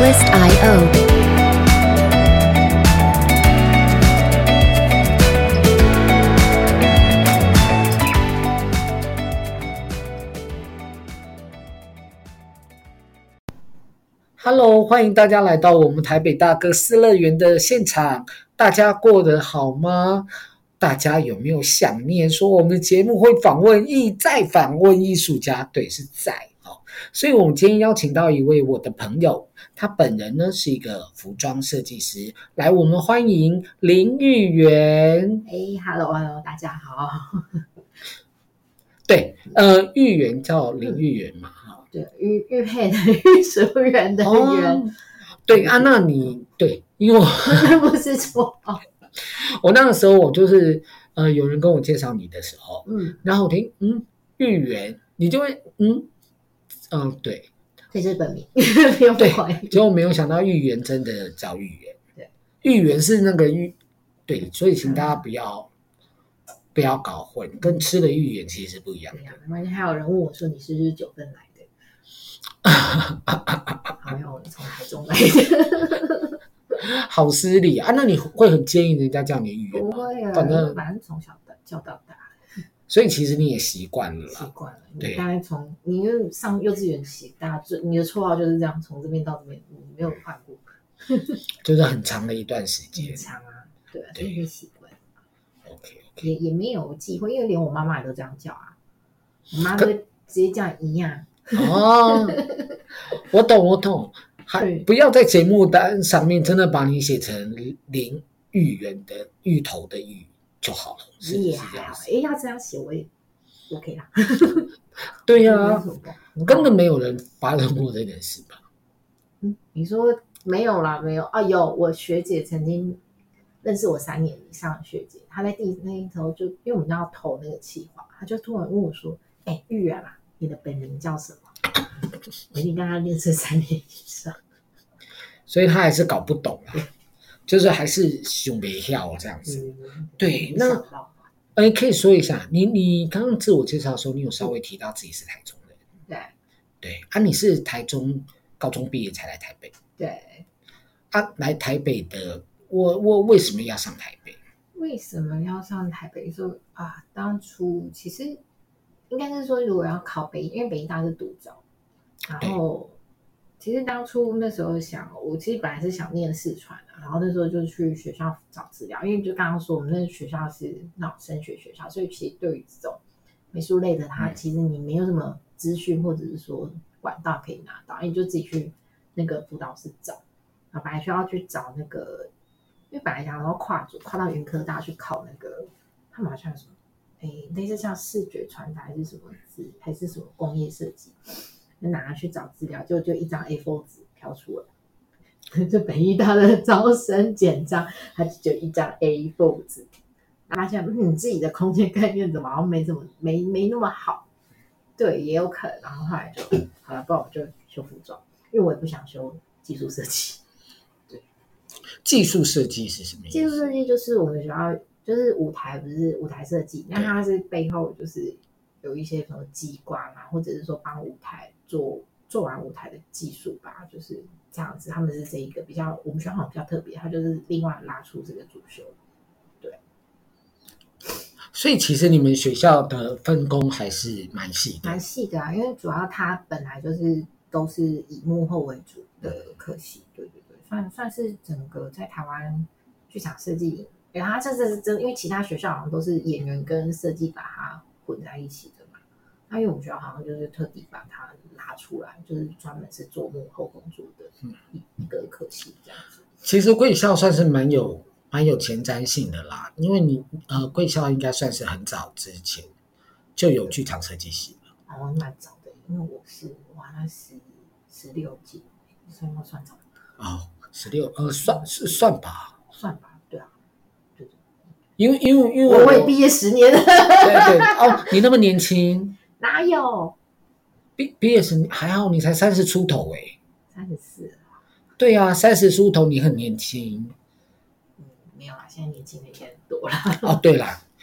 Twist.io。 Hello， 欢迎大家来到我们台北大哥斯乐园的现场。大家过得好吗？大家有没有想念说我们的节目会再访问艺术家？对，是在哦。所以我们今天邀请到一位我的朋友，他本人呢是一个服装设计师。来，我们欢迎林玉媛。 Hello， 大家好。 对，玉媛叫林玉媛嘛。 对，玉佩的玉，淑媛的媛。 对啊，那你对，因为我不是错。 我那个时候我就是有人跟我介绍你的时候，然后我听玉媛，你就会对， 这是本名，不用怀疑。 结果没有想到玉媛真的叫玉媛， 对， 玉媛是那个玉，对，所以请大家不要搞混，跟吃的芋圆其实是不一样的。 而且还有人问我说你是不是9份来的？好像我从台中来的。 好失礼啊！那你会很介意人家叫你芋圆吗？ 不会啊，反正从小叫到大， 所以其实你也习惯了啦。 习惯了， 对， 大概你因为上幼稚园起，大家你的绰号就是这样，从这边到这边，你没有换过， 就是很长的一段时间。 很长啊，对啊，所以你习惯。 OK， 也没有忌讳，因为连我妈妈也都这样叫啊，我妈都直接叫一样。 哦，我懂。还不要在节目单上面真的把你写成林玉媛的芋头的芋就好了， 也还好。要这样写我也 OK 啦。 对呀，根本没有人发生过这件事吧？ 你说没有啦，没有啊？有，我学姐曾经认识我3年以上的学姐，她在那一头就因为我们要投那个企划，她就突然问我说：“玉媛啊，你的本名叫什么？”我已经跟她认识3年以上， 所以她还是搞不懂啦，就是还是想不跳这样子。对，那可以说一下，你刚刚自我介绍的时候，你有稍微提到自己是台中人。对啊，你是台中高中毕业才来台北。 对啊，来台北的我为什么要上台北？ 为什么要上台北？说啊，当初其实应该是说，如果要考北医，因为北医大是独招，然后其实当初那时候我其实本来是想念四川的，然后那时候就去学校找资料，因为就刚刚说我们那个学校是那种升学学校，所以其实对于这种美术类的，它其实你没有什么资讯或者是说管道可以拿到，你就自己去那个辅导室找。本来需要去找那个，因为本来想要跨到云科大去考那个，他们好像有什么，类似像视觉传达还是什么字，还是什么工业设计，就拿去找资料，就一张 A4 纸飘出来，就北医大的招生简章，它就一张 A4 纸，发现你自己的空间概念怎么好像没那么好，对，也有可能，然后后来就好了，不然我就修服装，因为我也不想修技术设计。 技术设计是什么意思？ 技术设计就是我们学校就是舞台，不是舞台设计，那它是背后就是有一些什么机关啊，或者是说帮舞台做完舞台的技术吧，就是这样子。他们是这一个比较，我们学校好像比较特别，它就是另外拉出这个主修。对， 所以其实你们学校的分工还是蛮细的啊，因为主要它本来就是都是以幕后为主的科系，对。算是整个在台湾剧场设计，它这是真，因为其他学校好像都是演员跟设计把它混在一起的嘛。那因为我们学校好像就是特地把它拉出来，就是专门是做幕后工作的一个科系这样子。 其实贵校算是蛮有前瞻性的啦，因为你贵校应该算是很早之前就有剧场设计系了。 蛮早的，因为我那16届，所以我算早。 16算吧， 对啊， 因为我也毕业10年了。 对你那么年轻， 哪有毕业10年还好，你才30出头 34。 对啊，30出头你很年轻。 没有啦，现在年轻的也很多啦。 对啦，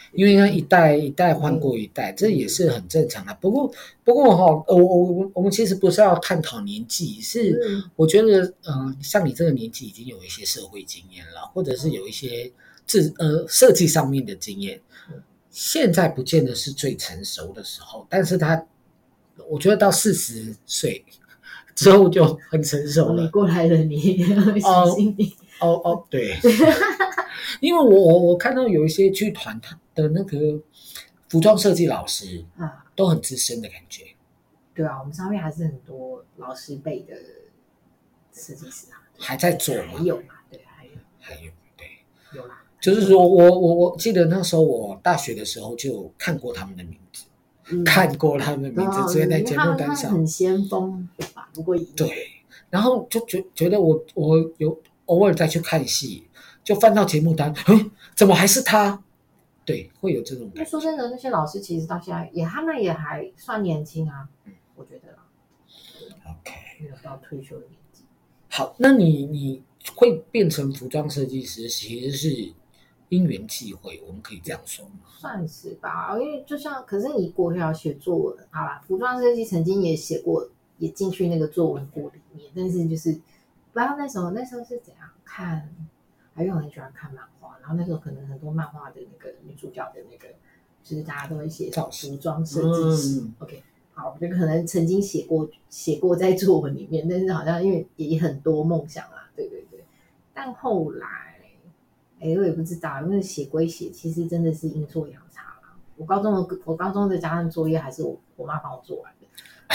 因为它一代一代换过一代，这也是很正常的。不过哈，我们其实不是要探讨年纪，是我觉得像你这个年纪已经有一些社会经验了，或者是有一些设计上面的经验，现在不见得是最成熟的时候，但是我觉得到40岁之后就很成熟了。 你过来了，你小心你。 对。因为我看到有一些剧团他的那个服装设计老师都很资深的感觉。 对啊，我们上面还是很多老师辈的设计师还在做吗？ 还有嘛，对， 还有，对， 有啦。 就是说我记得那时候我大学的时候就看过他们的名字，看过他们的名字，直接在节目单上， 很先锋吧？不过对，然后就觉得我有偶尔再去看戏。就翻到节目单，怎么还是他？对，会有这种感觉。 说真的，那些老师其实到现在他们也还算年轻啊，我觉得啦。 OK， 没有到退休的年纪。 好，那你会变成服装设计师，其实是因缘际会，我们可以这样说吗？ 算是吧，因为就像，可是你国小写作文，好啦，服装设计曾经也写过，也进去那个作文簿里面，但是就是不知道那时候是怎样看。还有很喜欢看漫画，然后那时候可能很多漫画的那个女主角的那个，就是大家都会写服装设计师。OK， 好，就可能曾经写过在作文里面，但是好像因为也很多梦想啦，对对对。但后来，我也不知道，因为写归写，其实真的是阴错阳差啦。我高中的家政作业还是我妈帮我做完的。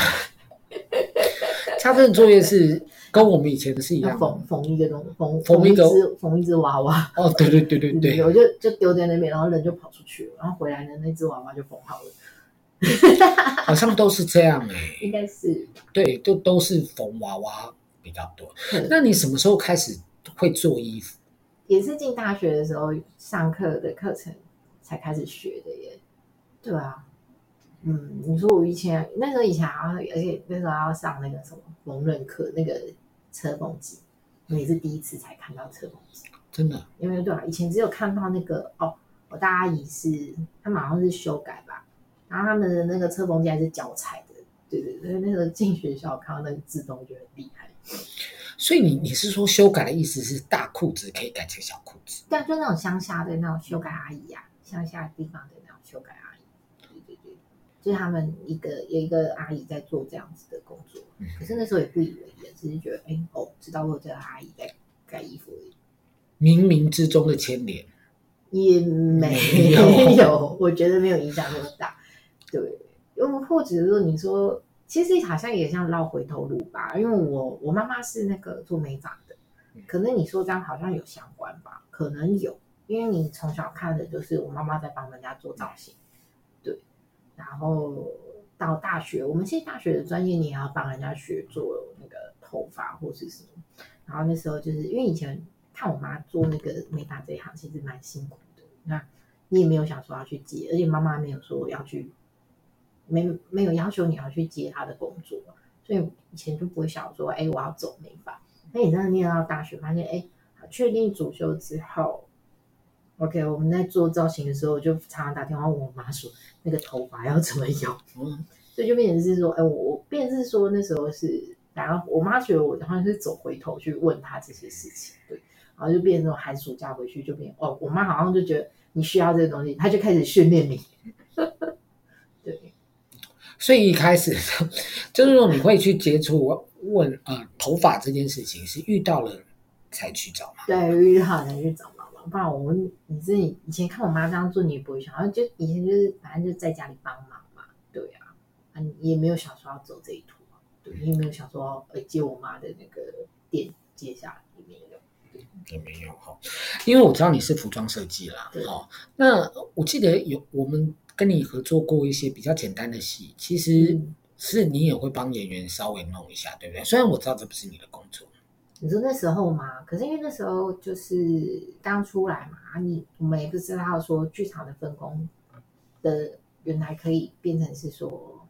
家政作业是跟我们以前的是一样， 缝一个缝一只娃娃。 对， 我就丢在那边，然后人就跑出去了，然后回来的那只娃娃就缝好了。 好像都是这样应该是对，都是缝娃娃比较多。那你什么时候开始会做衣服？ 也是进大学的时候上课的课程才开始学的耶。对啊。你说我那时候以前而且那时候要上那个什么缝纫课，那个车缝机，我也是第一次才看到车缝机， 真的。 因为对啊，以前只有看到那个我大阿姨他们好像是修改吧，然后他们的那个车缝机还是脚踩的，对对对，那时候进学校看到那个自动就很厉害。 所以你是说修改的意思是大裤子可以改成小裤子？ 对，就那种乡下的那种修改阿姨啊，乡下地方的那种修改阿姨。就是他们有一个阿姨在做这样子的工作，可是那时候也不以为意，只是觉得知道我这个阿姨在改衣服而已。 冥冥之中的牵连也没有，我觉得没有影响那么大。对，或者说你说，其实好像也像绕回头路吧，因为我妈妈是那个做美发的，可能你说这样好像有相关吧，可能有，因为你从小看的就是我妈妈在帮人家做造型。然后到大学，我们其实大学的专业你也要帮人家学做那个头发或是什么。然后那时候就是因为以前看我妈做那个美发这一行，其实蛮辛苦的。那你也没有想说要去接，而且妈妈没有说要去，没有要求你要去接她的工作，所以以前就不会想说，我要走美发。那你真的念到大学，发现确定主修之后。OK， 我们在做造型的时候，我就常常打电话问我妈说，那个头发要怎么用？所以就变成是说，我变成是说那时候是，然后我妈觉得我好像是走回头去问她这些事情，对，然后就变成说寒暑假回去就变我妈好像就觉得你需要这个东西，她就开始训练你。对， 所以一开始就是说你会去接触问头发这件事情，是遇到了才去找吗？ 对，遇到才去找妈妈。不然你以前看我妈这样做，你也不会想，然后就以前就是反正就在家里帮忙嘛，对啊，你也没有想说要走这一途，对，你也没有想说接我妈的那个店接下来，也没有， 也没有哈，因为我知道你是服装设计啦，那我记得我们跟你合作过一些比较简单的戏，其实是你也会帮演员稍微弄一下，对不对？虽然我知道这不是你的工作。 你说那时候嘛，可是因为那时候就是刚出来嘛，我们也不知道说剧场的分工的原来可以变成是说，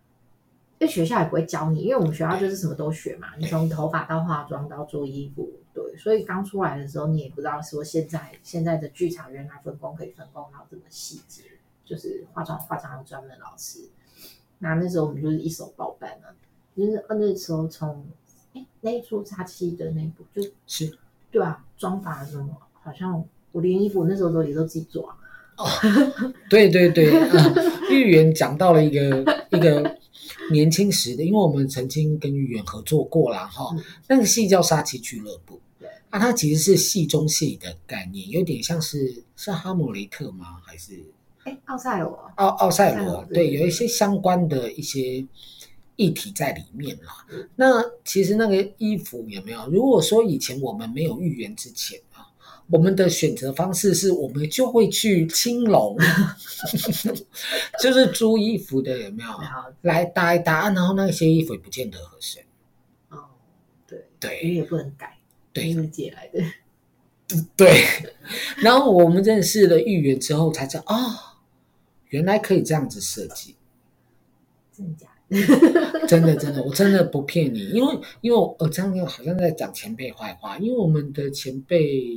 因为学校也不会教你，因为我们学校就是什么都学嘛，你从头发到化妆到做衣服对，所以刚出来的时候，你也不知道说现在的剧场原来分工可以分工到这么细节，就是化妆有专门老师。那时候我们就是一手包办啊，就是那时候从那一出杀妻的那一部是对啊，妆法什么好像我连衣服那时候也都自己做啊。 哦，对对对，玉圆讲到了一个年轻时的，因为我们曾经跟玉圆合作过啦哈，那个戏叫《杀妻俱乐部》，啊，它其实是戏中戏的概念，有点像是哈姆雷特吗？还是奥赛罗？ 奥赛罗？对，有一些相关的一些议题在里面啦。那其实那个衣服有没有？如果说以前我们没有玉圆之前啊，我们的选择方式是我们就会去青龙，就是租衣服的有没有来搭一搭，然后那些衣服也不见得合身。 哦，对对， 你也不能改， 对， 你是借来的。 对，然后我们认识了玉圆之后才知道啊，原来可以这样子设计。 真的假的？ 真的，我真的不骗你，因为我这样好像在讲前辈坏话，因为我们的前辈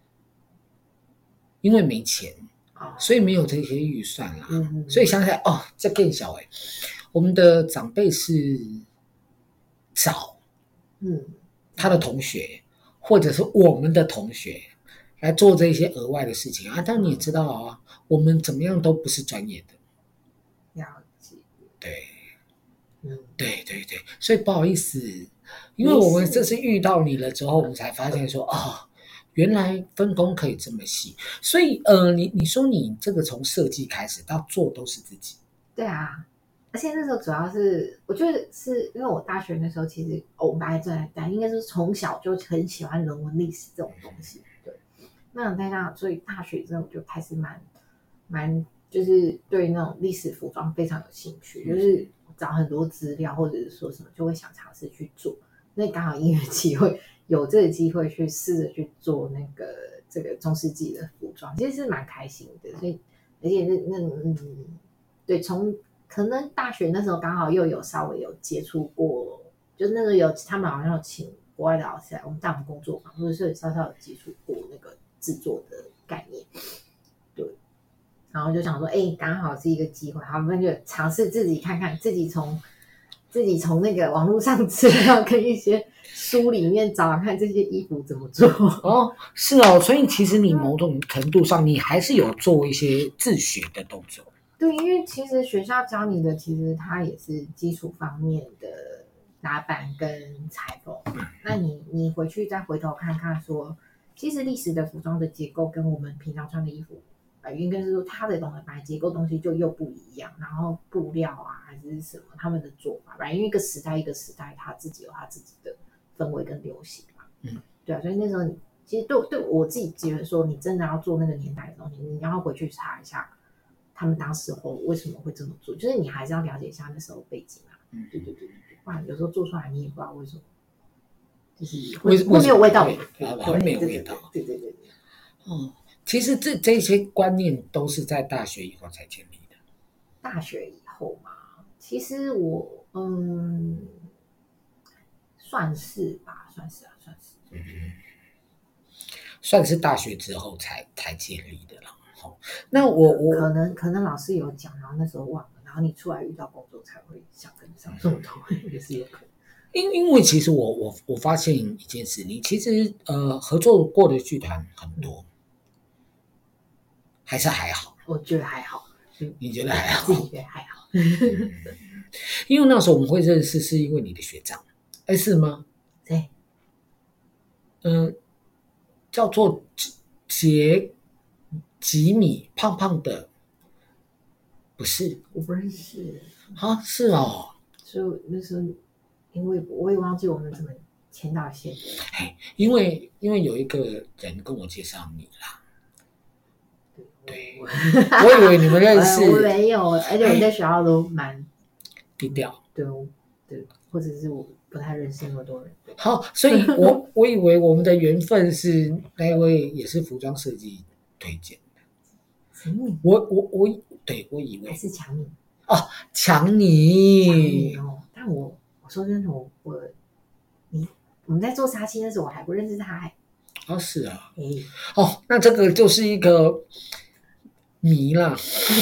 因为没钱，所以没有这些预算啦，所以想起来哦，这更小我们的长辈是找他的同学或者是我们的同学来做这些额外的事情啊，但你也知道啊，我们怎么样都不是专业的， 了解， 对。对，所以不好意思，因为我们这次遇到你了之后，我们才发现说原来分工可以这么细。所以你说你这个从设计开始到做都是自己， 对啊，而且那时候主要是我觉得是因为我大学那时候其实我们本来在应该是从小就很喜欢人文历史这种东西，对，那在那所以大学之后就开始蛮就是对那种历史服装非常有兴趣，就是找很多资料或者是说什么就会想尝试去做。那刚好因缘机会有这个机会去试着去做这个中世纪的服装，其实是蛮开心的。所以而且对，从可能大学那时候刚好又有稍微有接触过，就是那个他们好像有请国外的老师来我们工作坊，或者是稍稍有接触过那个制作的概念，对。然后就想说，刚好是一个机会，好，我们就尝试自己看看，自己从那个网络上资料跟一些书里面找看这些衣服怎么做。 是哦，所以其实你某种程度上你还是有做一些自学的动作。 对，因为其实学校教你的，其实它也是基础方面的打板跟裁缝。那你回去再回头看看说，其实历史的服装的结构跟我们平常穿的衣服。应该是说它的东西本来结构东西就又不一样，然后布料啊还是什么他们的做法，因为一个时代它自己有它自己的氛围跟流行嘛，对啊，所以那时候其实对我自己觉得说，你真的要做那个年代的东西，你要回去查一下他们当时候为什么会这么做，就是你还是要了解一下那时候背景啊，对，不然有时候做出来你也不知道为什么，就是会没有味道， 会没有味道， 对， 其实这些观念都是在大学以后才建立的。 大学以后嘛，其实我算是吧，算是， 算是大学之后才建立的了。那我可能老师有讲，然后那时候忘了，然后你出来遇到工作才会想跟上这么多，也是有可能。 因为其实我发现一件事，你其实合作过的剧团很多。还是还好， 我觉得还好。 你觉得还好？ 自己觉得还好。 因为那时候我们会认识，是因为你的学长，是吗？ 谁？ 叫做吉米，胖胖的，不是？ 我不认识。 是哦。 所以那时候，因为我也忘记我们怎么牵到线。 因为有一个人跟我介绍你啦。对，我以为你们认识。 我没有，而且我在学校都蛮低调。 对，或者是我不太认识那么多人。 好，所以我以为我们的缘分是那一位也是服装设计推荐的。对，我以为还是抢你抢你但我说真的， 我们在做杀青的时候，我还不认识他哎。 哦，是啊， 哎， 哦，那这个就是一个谜啦。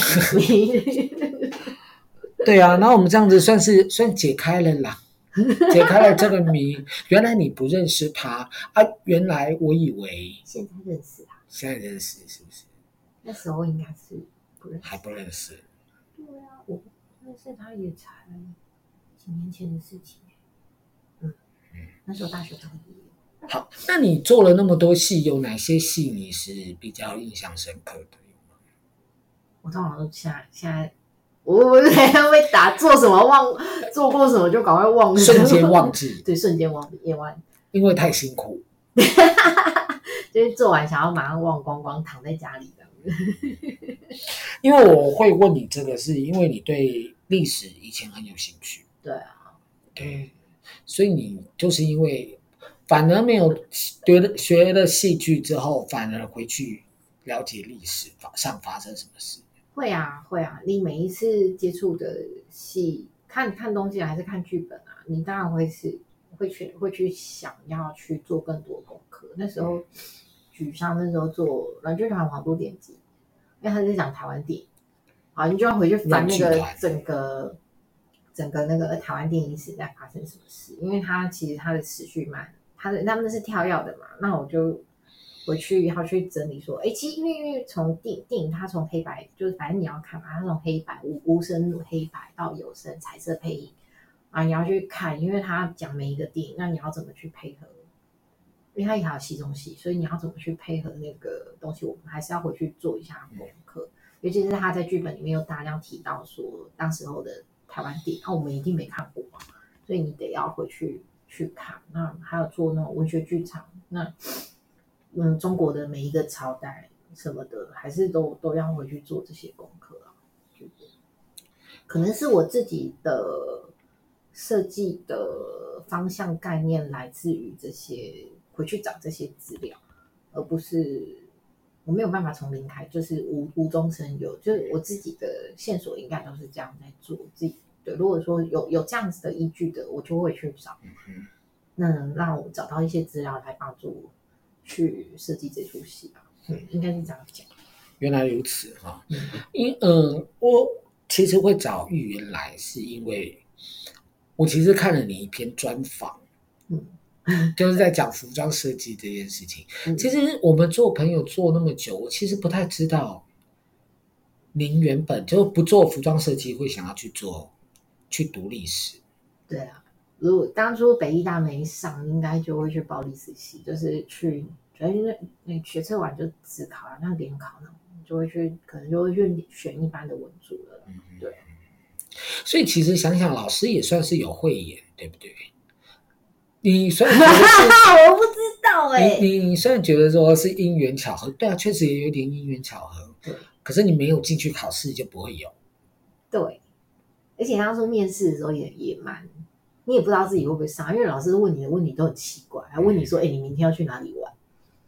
对啊，那我们这样子算解开了啦，解开了这个谜。原来你不认识他啊，原来我以为现在认识啊， 现在认识是不是？ 那时候应该是不认识。 还不认识。 对啊，我认识他也才几年前的事情。那时候大学刚毕业。 好，那你做了那么多戏，有哪些戏你是比较印象深刻的？ 我通常都现在，我被打做什么做过什么就赶快忘了， 瞬间忘记。 对，瞬间忘记，夜晚因为太辛苦。 就是做完想要马上忘光光，躺在家里这样子。 因为我会问你这个，是因为你对历史以前很有兴趣。 对啊， 对，所以你就是因为反而没有学了戏剧之后，反而回去了解历史上发生什么事。 会啊会啊，你每一次接触的戏，看东西还是看剧本啊，你当然会去想要去做更多功课。那时候举上那时候做软剧团好多点击，因为他是讲台湾电影，好，你就要回去翻那个整个那个台湾电影史在发生什么事，因为其实它的时序他们是跳跃的嘛，那我就回去要去整理说，哎，其实因为从电影它从黑白，就是反正你要看嘛，它从黑白无声黑白到有声彩色配音啊，你要去看，因为它讲每一个电影，那你要怎么去配合？因为它也还有戏中戏，所以你要怎么去配合那个东西，我们还是要回去做一下功课。尤其是他在剧本里面有大量提到说，当时候的台湾电影，我们一定没看过嘛，所以你得要回去看。那还有做那种文学剧场，那中国的每一个朝代什么的，还是都要回去做这些功课啊。可能是我自己的设计的方向概念来自于这些，回去找这些资料，而不是我没有办法从零开，就是无中生有，就是我自己的线索应该都是这样在做自己。对，如果说有这样子的依据的，我就会去找，那能让我找到一些资料来帮助我去设计这出戏吧。应该是这样讲。 原来如此哈，我其实会找玉原来，是因为我其实看了你一篇专访，就是在讲服装设计这件事情。其实我们做朋友做那么久，我其实不太知道您原本就不做服装设计，会想要去读历史。 对啊，如果当初北艺大没上，应该就会去报历史系，就是去，因为你学测完就只考了，那联考呢，就会去，可能就会去选一般的文组了。对。 所以其实想想，老师也算是有慧眼，对不对？你虽然觉得是我不知道你虽然觉得说是因缘巧合，对啊，确实也有点因缘巧合。 对。 可是你没有进去考试，就不会有。 对。而且当初面试的时候也蛮，你也不知道自己会不会上，因为老师问你的问题都很奇怪，还问你说：“哎，你明天要去哪里玩？”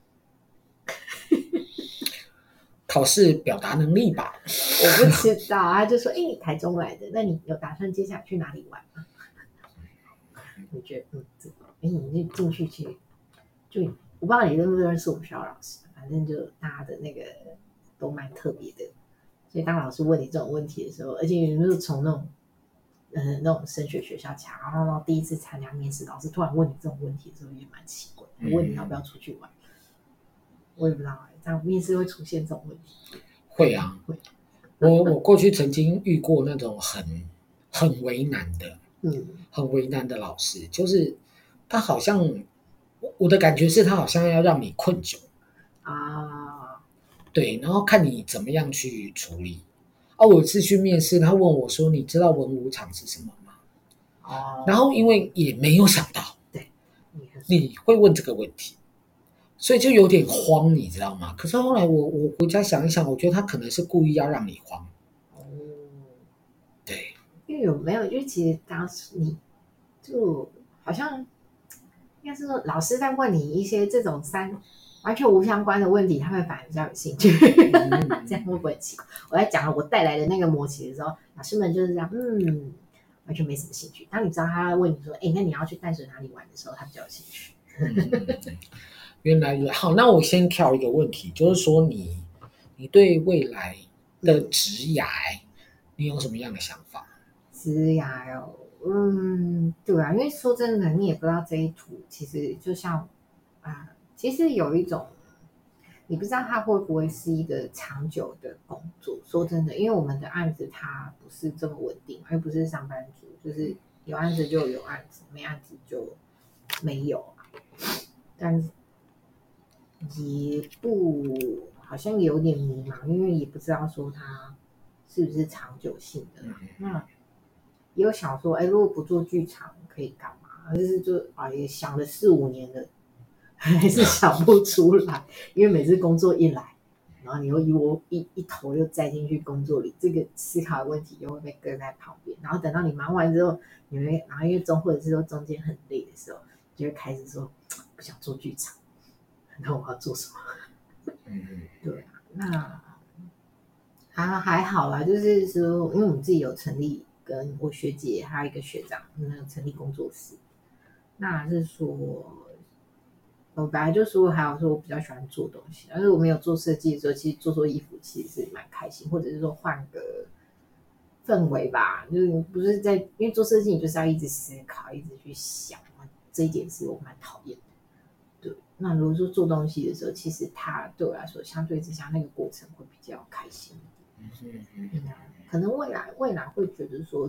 考试表达能力吧， 我不知道。他就说：“哎，你台中来的，那你有打算接下来去哪里玩吗？”我觉得你就进去，就我不知道你认不认识我们学校老师，反正就大家的那个都蛮特别的。所以当老师问你这种问题的时候，而且你是从那种升学学校起来，然后第一次参加面试，老师突然问你这种问题的时候，也蛮奇怪。问你要不要出去玩，我也不知道这样面试会出现这种问题。 会啊，会。我过去曾经遇过那种很为难的，很为难的老师，就是他好像我的感觉是他好像要让你困窘啊，对，然后看你怎么样去处理。我是去面试，他问我说：“你知道文武场是什么吗？”然后因为也没有想到，对，你会问这个问题，所以就有点慌，你知道吗？可是后来我回家想一想，我觉得他可能是故意要让你慌。对， 因为有没有？因为其实当时你就好像应该是说，老师在问你一些这种完全无相关的问题，他们反而比较有兴趣。这样会不会很奇怪？我在讲我带来的那个模型的时候，老师们就是这样， 完全没什么兴趣。当你知道他问你说，哎，那你要去淡水哪里玩的时候，他比较有兴趣。 原来好，那我先挑一个问题，就是说你对未来的职涯，你有什么样的想法？ 职涯哦，对啊，因为说真的，你也不知道这一途其实就像其实有一种你不知道它会不会是一个长久的工作。说真的，因为我们的案子它不是这么稳定，因为不是上班族，就是有案子就有案子，没案子就没有啊。但也不好像有点迷茫，因为也不知道说它是不是长久性的啦。那也有想说，哎，如果不做剧场可以干嘛？就是也想了4-5年了，还是想不出来。因为每次工作一来，然后你又一头又栽进去工作里，这个思考的问题又会被搁在旁边。然后等到你忙完之后，然后因为或者是说中间很累的时候，就会开始说不想做剧场，那我要做什么？对啊，那还好啦，就是说，因为我们自己有成立，跟我学姐还有一个学长，成立工作室。那是说，我本来就说，还有说我比较喜欢做东西，但是我没有做设计的时候，其实做衣服其实是蛮开心，或者是说换个氛围吧，就是你不是在，因为做设计你就是要一直思考，一直去想，这一点是我蛮讨厌的。对，那如果说做东西的时候，其实它对我来说相对之下那个过程会比较开心。可能未来会觉得说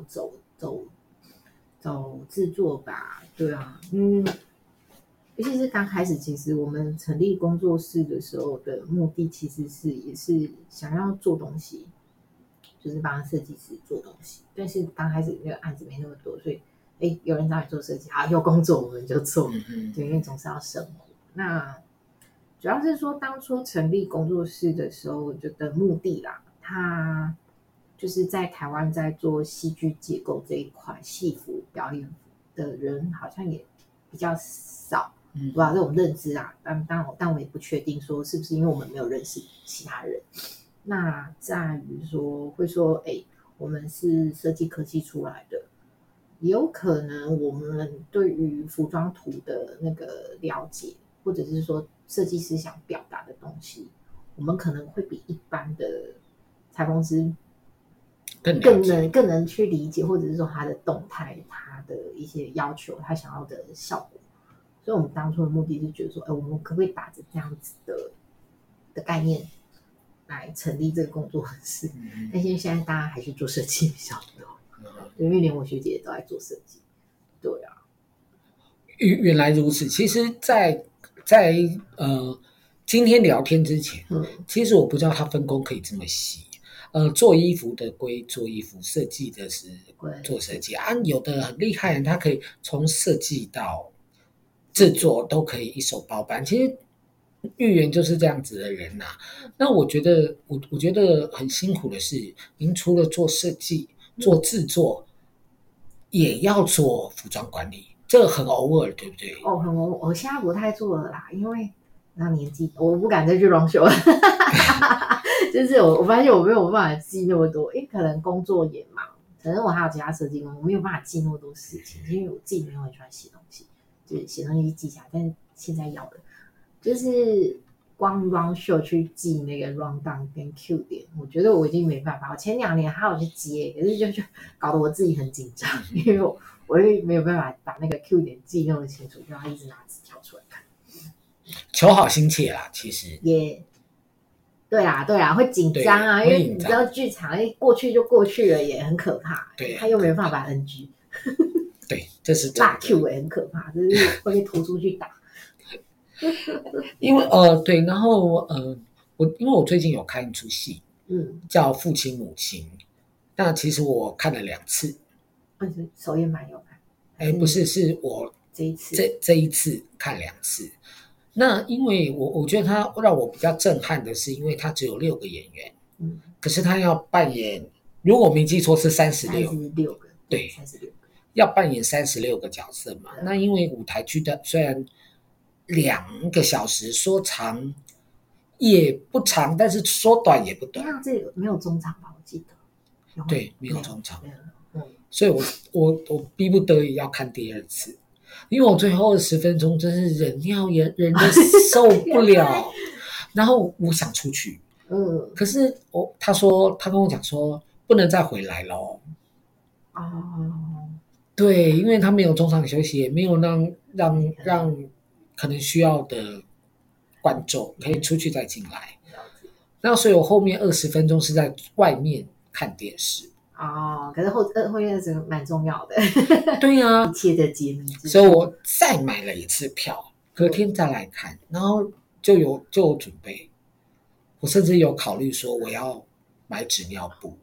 走制作吧。对啊，尤其是刚开始，其实我们成立工作室的时候的目的，其实也是想要做东西，就是帮设计师做东西。但是刚开始那个案子没那么多，所以有人找你做设计，有工作我们就做。对，因为总是要生活。那主要是说当初成立工作室的时候的目的啦，他就是在台湾在做戏剧结构这一块，戏服表演服的人好像也比较少。不知道这种认知啊，但我也不确定说是不是因为我们没有认识其他人。那在于说会说，我们是设计科技出来的，也有可能我们对于服装图的那个了解，或者是说设计师想表达的东西，我们可能会比一般的裁缝师更能去理解，或者是说他的动态，他的一些要求，他想要的效果。所以我们当初的目的是觉得说，我们可不可以打着这样子的概念来成立这个工作室？但现在大家还是做设计比较多，因为连我学姐都在做设计。对啊， 原来如此。其实在今天聊天之前，其实我不知道它分工可以这么细。做衣服的归做衣服，设计的是做设计啊。有的很厉害人，他可以从设计到制作都可以一手包办。其实玉圆就是这样子的人呐。那我觉得很辛苦的是，您除了做设计、做制作，也要做服装管理，这个很偶尔，对不对？ 很偶尔。我现在不太做了啦，因为那年纪，我不敢再去装修了。就是我发现我没有办法记那么多，因为可能工作也忙，可能我还有其他设计工作，我没有办法记那么多事情，因为我自己没有很喜欢写东西，就是写东西记下来，但是现在要的就是光 run show 去记那个 run down 跟 Q 点，我觉得我已经没办法。我前2年还有去接，可是就搞得我自己很紧张，因为我也没有办法把那个 Q 点记那么清楚，就要一直拿纸条出来看。 求好心切啦，其实也对啦，会紧张啊，因为你知道剧场过去就过去了，也很可怕。对，他又没有办法 NG。 对，这是大 Q 也很可怕，就是会被拖出去打。 因为对，然后因为我最近有看一出戏，叫《父亲母亲》，那其实我看了2次。 首演版有看？ 不是，是我这一次看2次。那因为我觉得他让我比较震撼的是，因为他只有6个演员，可是他要扮演，如果我没记错是36 个， 对 ，36个， 要扮演36个角色嘛。那因为舞台剧的虽然2个小时，说长也不长，但是说短也不短。 这没有中场吧？我记得。 对，没有中场。 所以我逼不得已要看第二次，因为我最后10分钟真是忍的受不了，然后我想出去，可是他跟我讲说不能再回来了。 哦， 对，因为他没有中场休息，也没有让可能需要的观众可以出去再进来。那所以我后面20分钟是在外面看电视。 哦，可是后面是蛮重要的， 对呀、 一切的节目之所以我再买了一次票，隔天再来看，然后就有准备。我甚至有考虑说我要买纸尿布，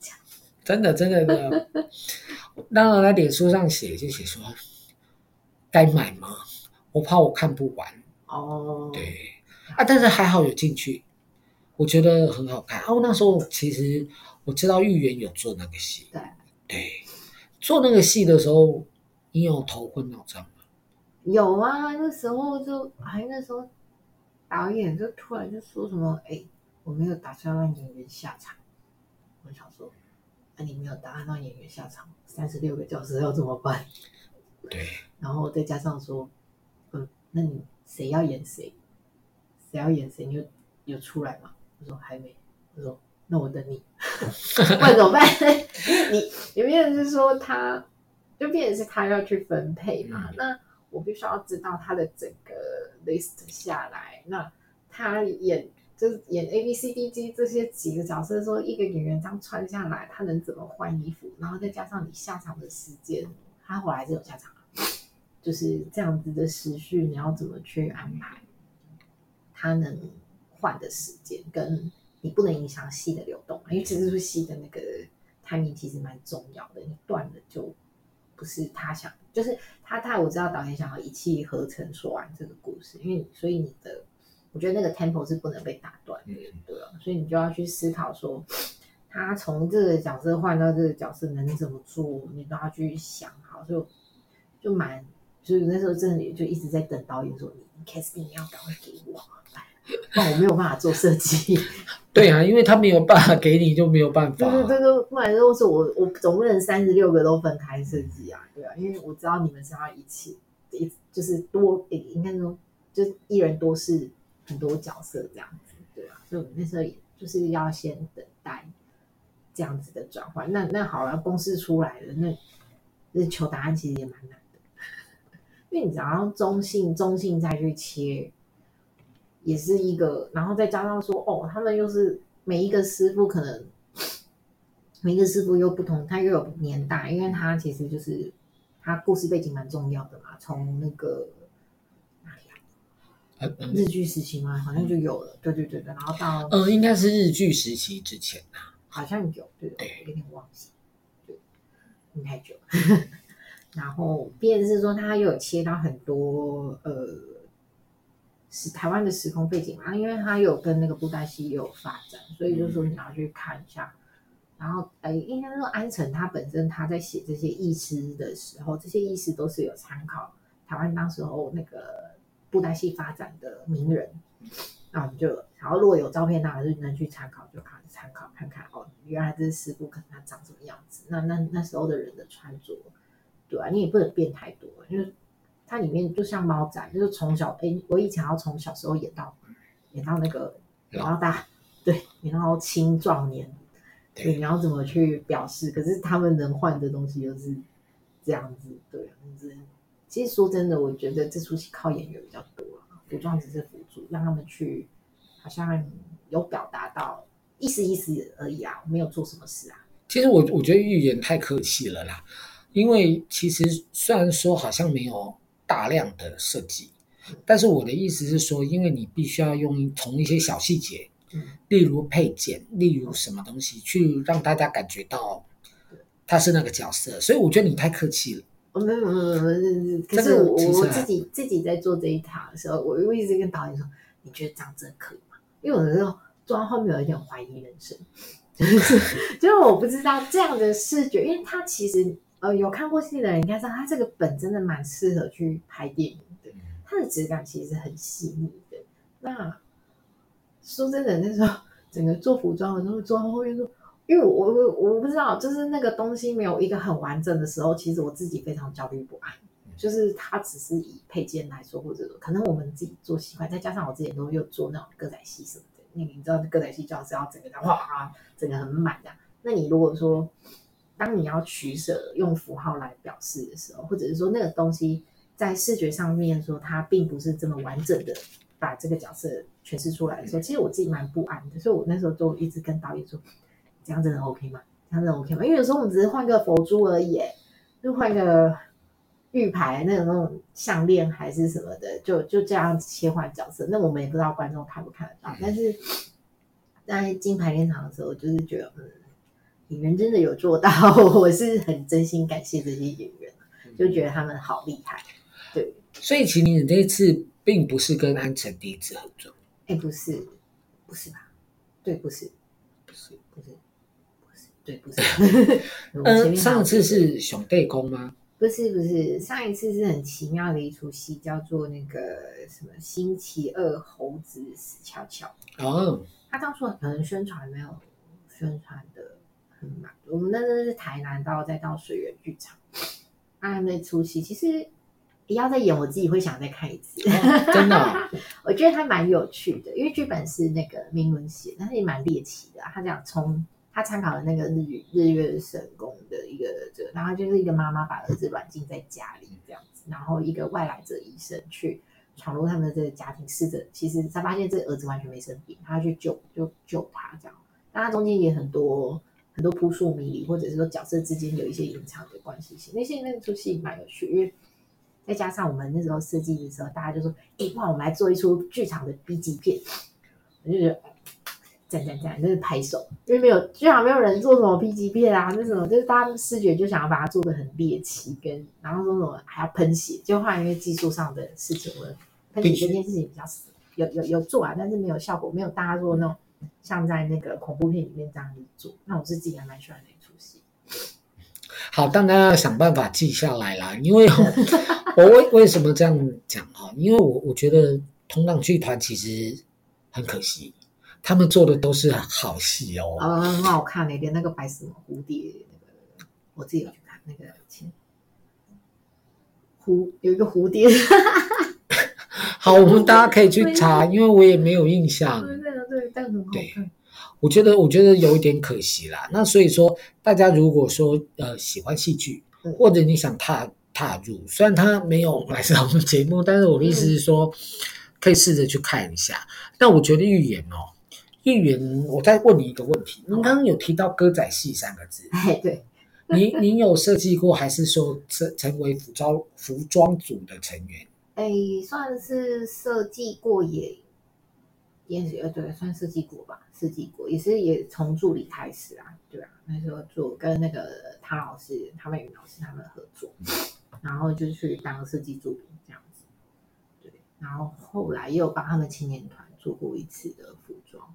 真的。当然在脸书上写说该买吗？我怕我看不完。 哦， 对啊，但是还好有进去，我觉得很好看。那时候其实我知道豫园有做那个戏， 对， 对，做那个戏的时候，你有头昏脑胀吗？ 有啊，那时候导演就突然就说什么，我没有打算让演员下场。我想说，你没有打算让演员下场，36个角色要怎么办？ 对， 然后再加上说，那你谁要演谁？谁要演谁？你有出来吗？我说还没。我说那我等你，不然怎么办？你变成是说就变成是他要去分配嘛？那我必须要知道他的整个 list 下来，那他就是演 A B C D G 这些几个角色的时候，一个演员这样穿下来，他能怎么换衣服？然后再加上你下场的时间，他后来还是有下场，就是这样子的时序，你要怎么去安排？他能换的时间，跟你不能影响戏的流动，因为其实戏的那个 timing 其实蛮重要的，你断了就不是他想，就是我知道导演想要一气呵成说完这个故事，所以我觉得那个 tempo 是不能被打断的，对啊，所以你就要去思考说，他从这个角色换到这个角色能怎么做，你都要去想好，所以那时候真的就一直在等导演说你 casting 要赶快给我，不然我没有办法做设计。 对啊，因为他没有办法给你，就没有办法。 对，不然都是我总不能36个都分开设计啊，对啊，因为我知道你们是要一起，就是多，应该说就是一人多饰很多角色这样子，对啊，所以我那时候也就是要先等待这样子的转换。那好了，公式出来了，那求答案其实也蛮难的，因为你只要用中性再去切。也是一个，然后再加上说，他们又是每一个师傅可能每一个师傅又不同，他又有年代，因为他其实就是他故事背景蛮重要的嘛，从那个哪里啊，日剧时期嘛，好像就有了，对，然后到应该是日剧时期之前啊， 好像有，对，有点忘记，对，太久，然后变是说他又有切到很多是台湾的时空背景嘛，因为他有跟那个布袋戏有发展，所以就是说你要去看一下。然后应该说安城他本身他在写这些意思的时候，这些意思都是有参考台湾当时候那个布袋戏发展的名人。那我们然后如果有照片，当然是能去参考，就参考看看原来这师傅可能他长什么样子。那时候的人的穿着，对啊，你也不能变太多，因为它里面就像猫仔，就是从小我以前要从小时候演到那个演到大，对，演到青壮年，对，你要怎么去表示？可是他们能换的东西又是这样子，对，其实说真的，我觉得这出戏靠演员比较多啊，服装只是辅助，让他们去好像有表达到意思而已啊，没有做什么事啊。 其实我觉得预言太客气了啦，因为其实虽然说好像没有大量的设计，但是我的意思是说，因为你必须要从一些小细节，例如配件，例如什么东西，去让大家感觉到他是那个角色，所以我觉得你太客气了。 没有，可是我自己在做这一塔的时候，我一直跟导演说，你觉得这样真的可以吗？因为有的时候做到后面有一点怀疑人生，就是我不知道这样的视觉，因为他其实有看过戏的人应该知道，他这个本真的蛮适合去拍电影的，它的质感其实很细腻的。那说真的，那时候整个做服装的时候，做到后面说， 因为我不知道，就是那个东西没有一个很完整的时候，其实我自己非常焦虑不安。就是它只是以配件来说，或者可能我们自己做习惯，再加上我之前都有做那种歌仔戏什么的，你知道歌仔戏就是要整个哇，整个很满的。那你如果说当你要取舍用符号来表示的时候，或者是说那个东西在视觉上面说它并不是这么完整的把这个角色诠释出来的时候，其实我自己蛮不安的，所以我那时候都一直跟导演说，这样真的 OK 吗？这样真的 OK 吗？因为有时候我们只是换个佛珠而已，就换个玉牌那种项链还是什么的，就这样切换角色，那我们也不知道观众看不看得到。但是在进排练场的时候，就是觉得演员真的有做到，我是很真心感谢这些演员，就觉得他们好厉害。对， 所以其实你这一次并不是跟安城第一次合作。 不是，不是吧？对，不是，对，不是。我前面上次是熊弟公吗？ 不是，上一次是很奇妙的一出戏，叫做那个什么星期二猴子死翘翘。 哦， 他当初可能宣传没有宣传的很满，我们那是台南再到水源剧场，那出戏其实要再演，我自己会想再看一次。 真的哦， 我觉得它蛮有趣的，因为剧本是那个明伦写，但是也蛮猎奇的。他讲他参考了那个日月神宫的一个然后就是一个妈妈把儿子软禁在家里这样子，然后一个外来者医生去闯入他们的这个家庭，试着其实他发现这个儿子完全没生病，他去救他这样，但他中间也很多扑朔迷离，或者是说角色之间有一些隐藏的关系性，那出戏蛮有趣，因为再加上我们那时候设计的时候，大家就说：“哇，我们来做一出剧场的 B 级片。”我就觉得赞，真是拍手，因为剧场没有人做什么 B 级片啊，那什么就是大家视觉就想要把它做的很猎奇，然后说什么还要喷血，就后来因为技术上的事情，我喷血这件事情比较死，有做啊，但是没有效果，没有大家做那种像在那个恐怖片里面这样子做。那我是自己还蛮喜欢那一出戏。 好，当然要想办法记下来啦。因为我为什么这样讲哈？因为我觉得同党剧团其实很可惜，他们做的都是好戏哦。 很好看连那个白什么蝴蝶那个，我自己有去看那个有一个蝴蝶。 好，我们大家可以去查，因为我也没有印象。 对，但很好看。 我觉得有一点可惜啦。那所以说，大家如果说喜欢戏剧，或者你想踏入，虽然他没有来上我们节目，但是我的意思是说，可以试着去看一下。那我觉得预言，我再问你一个问题，您刚刚有提到歌仔戏3个字， 对， 您有设计过，还是说成为服装组的成员？ 算是设计过对，算设计过吧，也从助理开始啊，对啊，那时候做跟那个汤老师、汤美云老师他们合作，然后就去当设计助理这样子，对，然后后来也有帮他们青年团做过一次的服装，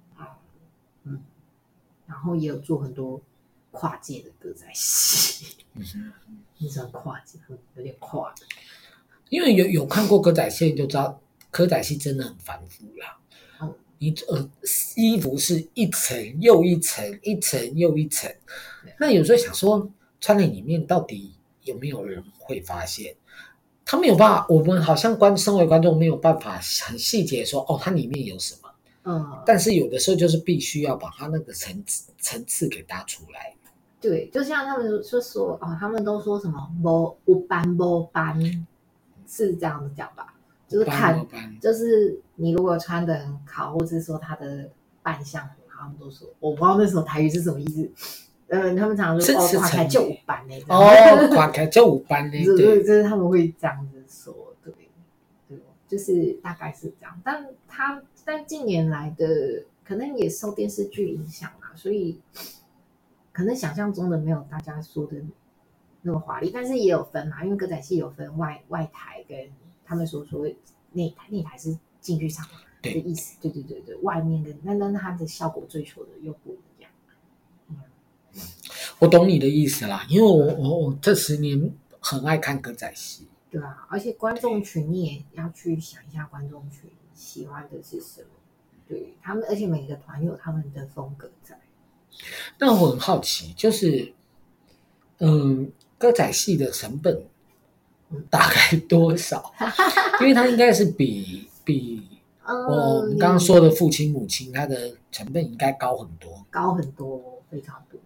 然后也有做很多跨界的歌仔戏，你知道跨界有点跨的， 因为有看过歌仔戏就知道，歌仔戏真的很繁复啦。你衣服是一层又一层，一层又一层。那有时候想说，穿在里面到底有没有人会发现？他没有办法，我们好像身为观众没有办法很细节说，它里面有什么。但是有的时候就是必须要把它那个层次给搭出来。 对，就像他们说他们都说什么没班，是这样子讲吧？就是看，就是你如果穿的很好，或者是说他的扮相很好，他们都说，我不知道那时候台语是什么意思。他们常说垮开就5班呢。 垮开就5班呢。 对，就是他们会这样子说，对，就是大概是这样。但近年来的可能也受电视剧影响啦，所以可能想象中的没有大家说的那么华丽，但是也有分嘛，因为歌仔戏有分外台跟他们所谓内台是进剧场的意思，对，外面跟那它的效果追求的又不一样。 我懂你的意思啦，因为我这10年很爱看歌仔戏。 对啊，而且观众群你也要去想一下，观众群喜欢的是什么？对他们，而且每个团有他们的风格在。 那我很好奇，就是歌仔戏的成本大概多少？因为它应该是比我们刚刚说的父亲母亲，它的成本应该高很多。 高很多，非常多。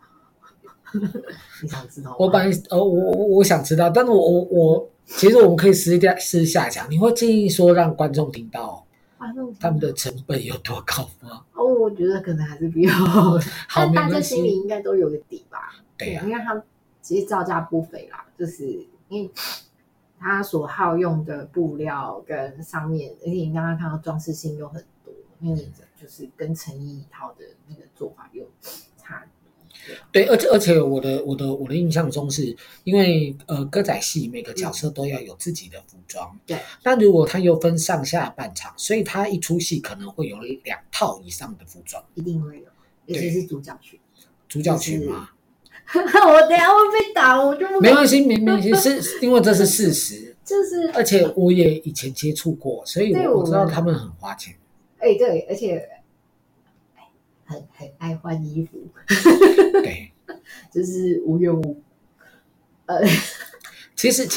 你想知道吗？ 我本来我想知道，但是我其实我们可以私下讲，你会建议说让观众听到他们的成本有多高吗？ 我觉得可能还是比较好， 但大家没关系。 心里应该都有个底吧。 对啊， 因为他其实造价不菲啦，就是因为他所耗用的布料跟上面，而且你刚刚看到装饰性又很多，因为就是跟成衣一套的那个做法又差很多。 对，而且我的印象中是因为歌仔戏每个角色都要有自己的服装， 对。 那如果他又分上下半场，所以他一出戏可能会有2套以上的服装， 一定会有，尤其是主角群。 主角群嘛。 我等一下会被打，我就不没关系，没关系，是因为这是事实， 就是而且我也以前接触过，所以我知道他们很花钱。 对，而且很爱换衣服， 对， 就是无缘无其实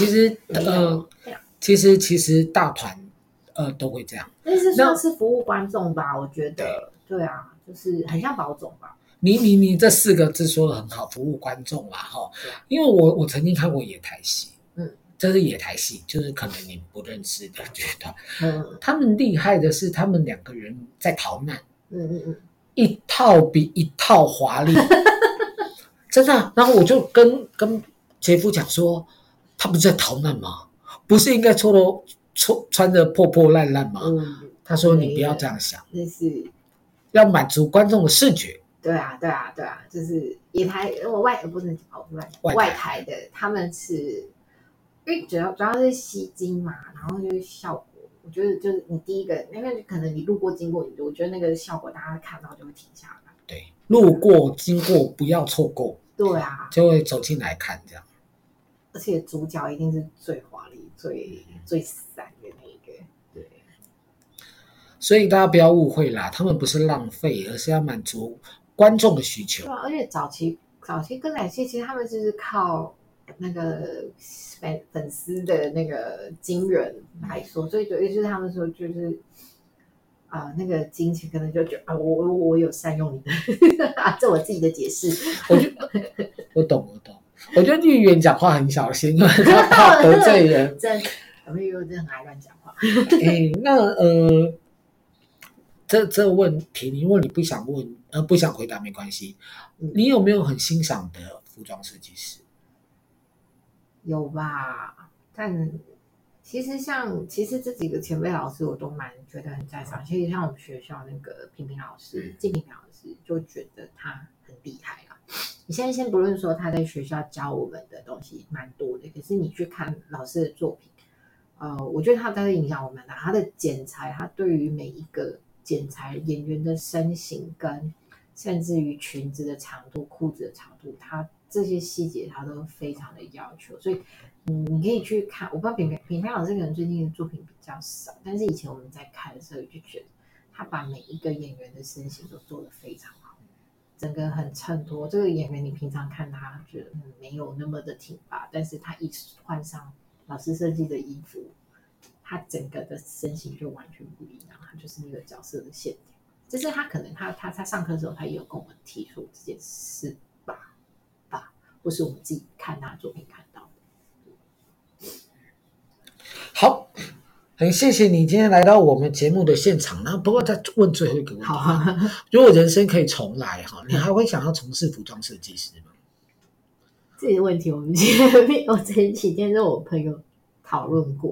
大团都会这样。 但是算是服务观众吧，我觉得。对啊，就是很像保总吧。 你这4个字说的很好，服务观众啦哈。因为我曾经看过野台戏，这是野台戏，就是可能你不认识的觉得，他们厉害的是他们2个人在逃难，一套比一套华丽，真的啊。然后我就跟杰夫讲说，他不是在逃难吗？不是应该穿的破破烂烂吗？他说你不要这样想，要满足观众的视觉。 对啊，就是野台，不是外台的，他们是因为主要是吸睛嘛，然后就是效果。我觉得就是你第一个，因为可能你路过经过，我觉得那个效果大家看到就会停下来。 对，路过经过不要错过。 对啊， 就会走进来看这样。 而且主角一定是最华丽、最闪的那一个。对。 所以大家不要误会啦，他们不是浪费，而是要满足观众的需求。 对啊，而且早期歌仔戏其实他们就是靠那个粉丝的那个金源来说，所以就是他们说就是那个金钱可能就觉得我有善用你的，这我自己的解释。 我懂。我觉得议员讲话很小心，因为他怕得罪人。 真的很爱乱讲话。 那这问题，如果你不想问，不想回答没关系。你有没有很欣赏的服装设计师？ 有吧，但其实这几个前辈老师我都蛮觉得很赞赏。其实像我们学校那个平平老师，季平平老师，就觉得他很厉害啦。你现在先不论说他在学校教我们的东西蛮多的，可是你去看老师的作品，我觉得他在影响我们的，他的剪裁，他对于每一个剪裁演员的身形跟甚至于裙子的长度、裤子的长度，他这些细节他都非常的要求。所以你可以去看，我不知道平平老师可能最近的作品比较少，但是以前我们在看的时候就觉得他把每一个演员的身形都做得非常好，整个很衬托。这个演员你平常看他觉得没有那么的挺拔，但是他一换上老师设计的衣服，他整个的身形就完全不一样，他就是那个角色的线条。就是他可能他上课的时候他也有跟我们提出这件事吧，不是我们自己看他的作品看到的。 好，很谢谢你今天来到我们节目的现场。然后不过再问最后一个问题，如果人生可以重来你还会想要从事服装设计师吗？ 这个问题我前几天跟我朋友讨论过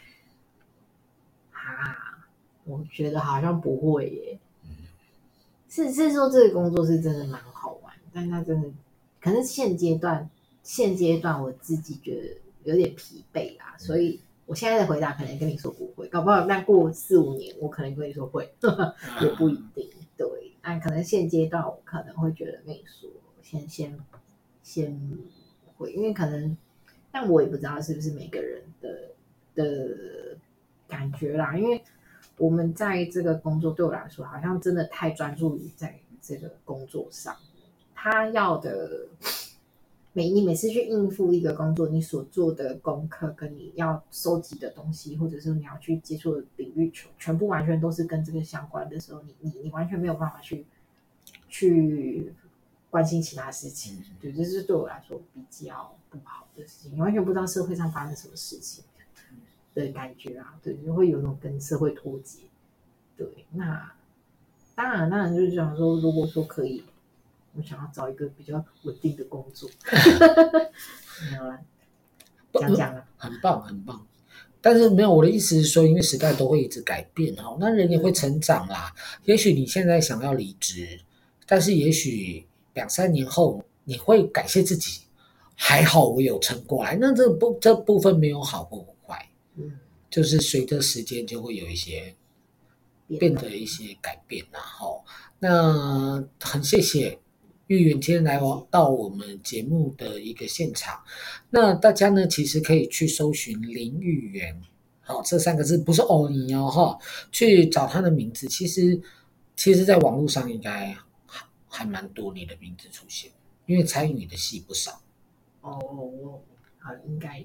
我觉得好像不会耶。是说这个工作是真的蛮好玩，但它真的可能现阶段我自己觉得有点疲惫啦，所以我现在的回答可能跟你说不会，搞不好但过4-5年我可能跟你说会，也不一定。对，但可能现阶段我可能会觉得跟你说先会，因为可能，但我也不知道是不是每个人的感觉啦，因为我们在这个工作对我来说好像真的太专注于在这个工作上， 他要的你每次去应付一个工作，你所做的功课跟你要收集的东西，或者是你要去接触的领域，全部完全都是跟这个相关的时候，你完全没有办法去关心其他事情。对，这是对我来说比较不好的事情。你完全不知道社会上发生什么事情的感觉啊，对，就会有种跟社会脱节。对，那当然就是想说，如果说可以。我想要找一个比较稳定的工作，没有啦，讲了， 很棒很棒。但是没有，我的意思是说，因为时代都会一直改变哈，那人也会成长啦。也许你现在想要离职，但是也许2-3年后你会感谢自己，还好我有撑过来。那这部分没有好或坏，就是随着时间就会有一些变得一些改变啦哈。那很谢谢玉圆今天来到我们节目的一个现场，那大家呢其实可以去搜寻林玉圆，好，这3个字不是偶你哦哈，去找他的名字，其实在网络上应该还蛮多你的名字出现，因为参与你的戏不少。 好，应该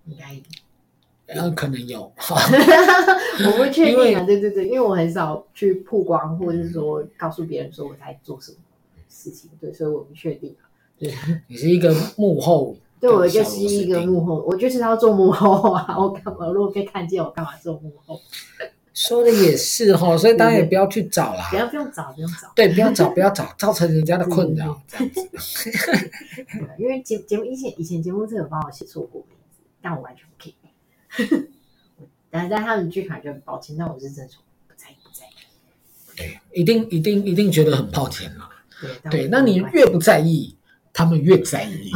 可能有， 我不确定啊，对，因为我很少去曝光，或者是说告诉别人说我在做什么事情，对，所以我不确定啊。对， 你是一个幕后， 对，我就是一个幕后，我就是要做幕后啊！我干嘛？如果被看见，我干嘛做幕后？ 说的也是哈，所以当然也不要去找啦， 不用找， 对，不要找，造成人家的困扰这样子。 因为节目以前节目真的有帮我写错过名字，但我完全不 care。但他们剧团就很抱歉，但我是真的不在意。 对，一定觉得很抱歉嘛。对，那你越不在意，他们越在意，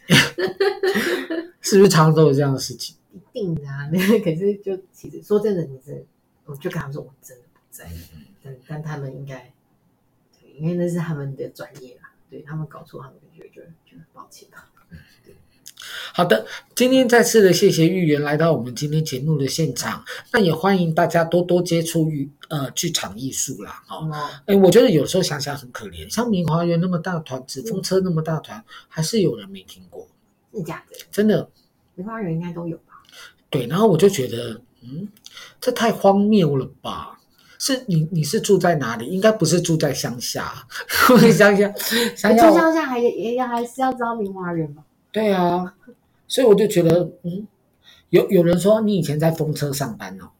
是不是常常都有这样的事情？ 一定的啊，可是就其实说真的，我就跟他们说我真的不在意，但他们应该，对，因为那是他们的专业啦，对他们搞错，他们就很抱歉吧。 好的，今天再次的谢谢玉圆来到我们今天节目的现场，那也欢迎大家多多接触剧场艺术啦。我觉得有时候想想很可怜，像明华园那么大团，纸风车那么大团，还是有人没听过， 是假的？ 真的， 明华园应该都有吧？ 对，然后我就觉得，这太荒谬了吧？是你是住在哪里？应该不是住在乡下，乡下住乡下还是要知道明华园吧？ 对啊，所以我就觉得，有人说你以前在风车上班哦，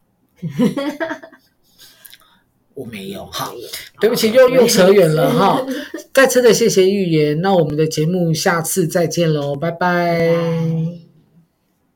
我没有，好，对不起，又扯远了哈。再次的谢谢玉圆，那我们的节目下次再见喽，拜拜。